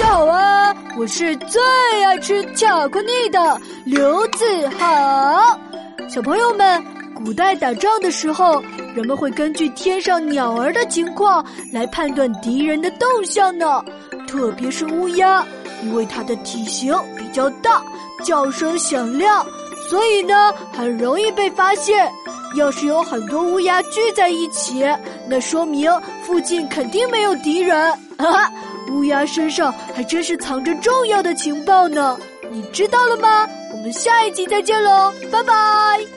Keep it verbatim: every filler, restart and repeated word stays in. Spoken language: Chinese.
家好啊，我是最爱吃巧克力的刘子豪。小朋友们，古代打仗的时候，人们会根据天上鸟儿的情况来判断敌人的动向呢。特别是乌鸦，因为它的体型比较大，叫声响亮，所以呢很容易被发现。要是有很多乌鸦聚在一起，那说明附近肯定没有敌人。啊，乌鸦身上还真是藏着重要的情报呢，你知道了吗？我们下一集再见喽，拜拜。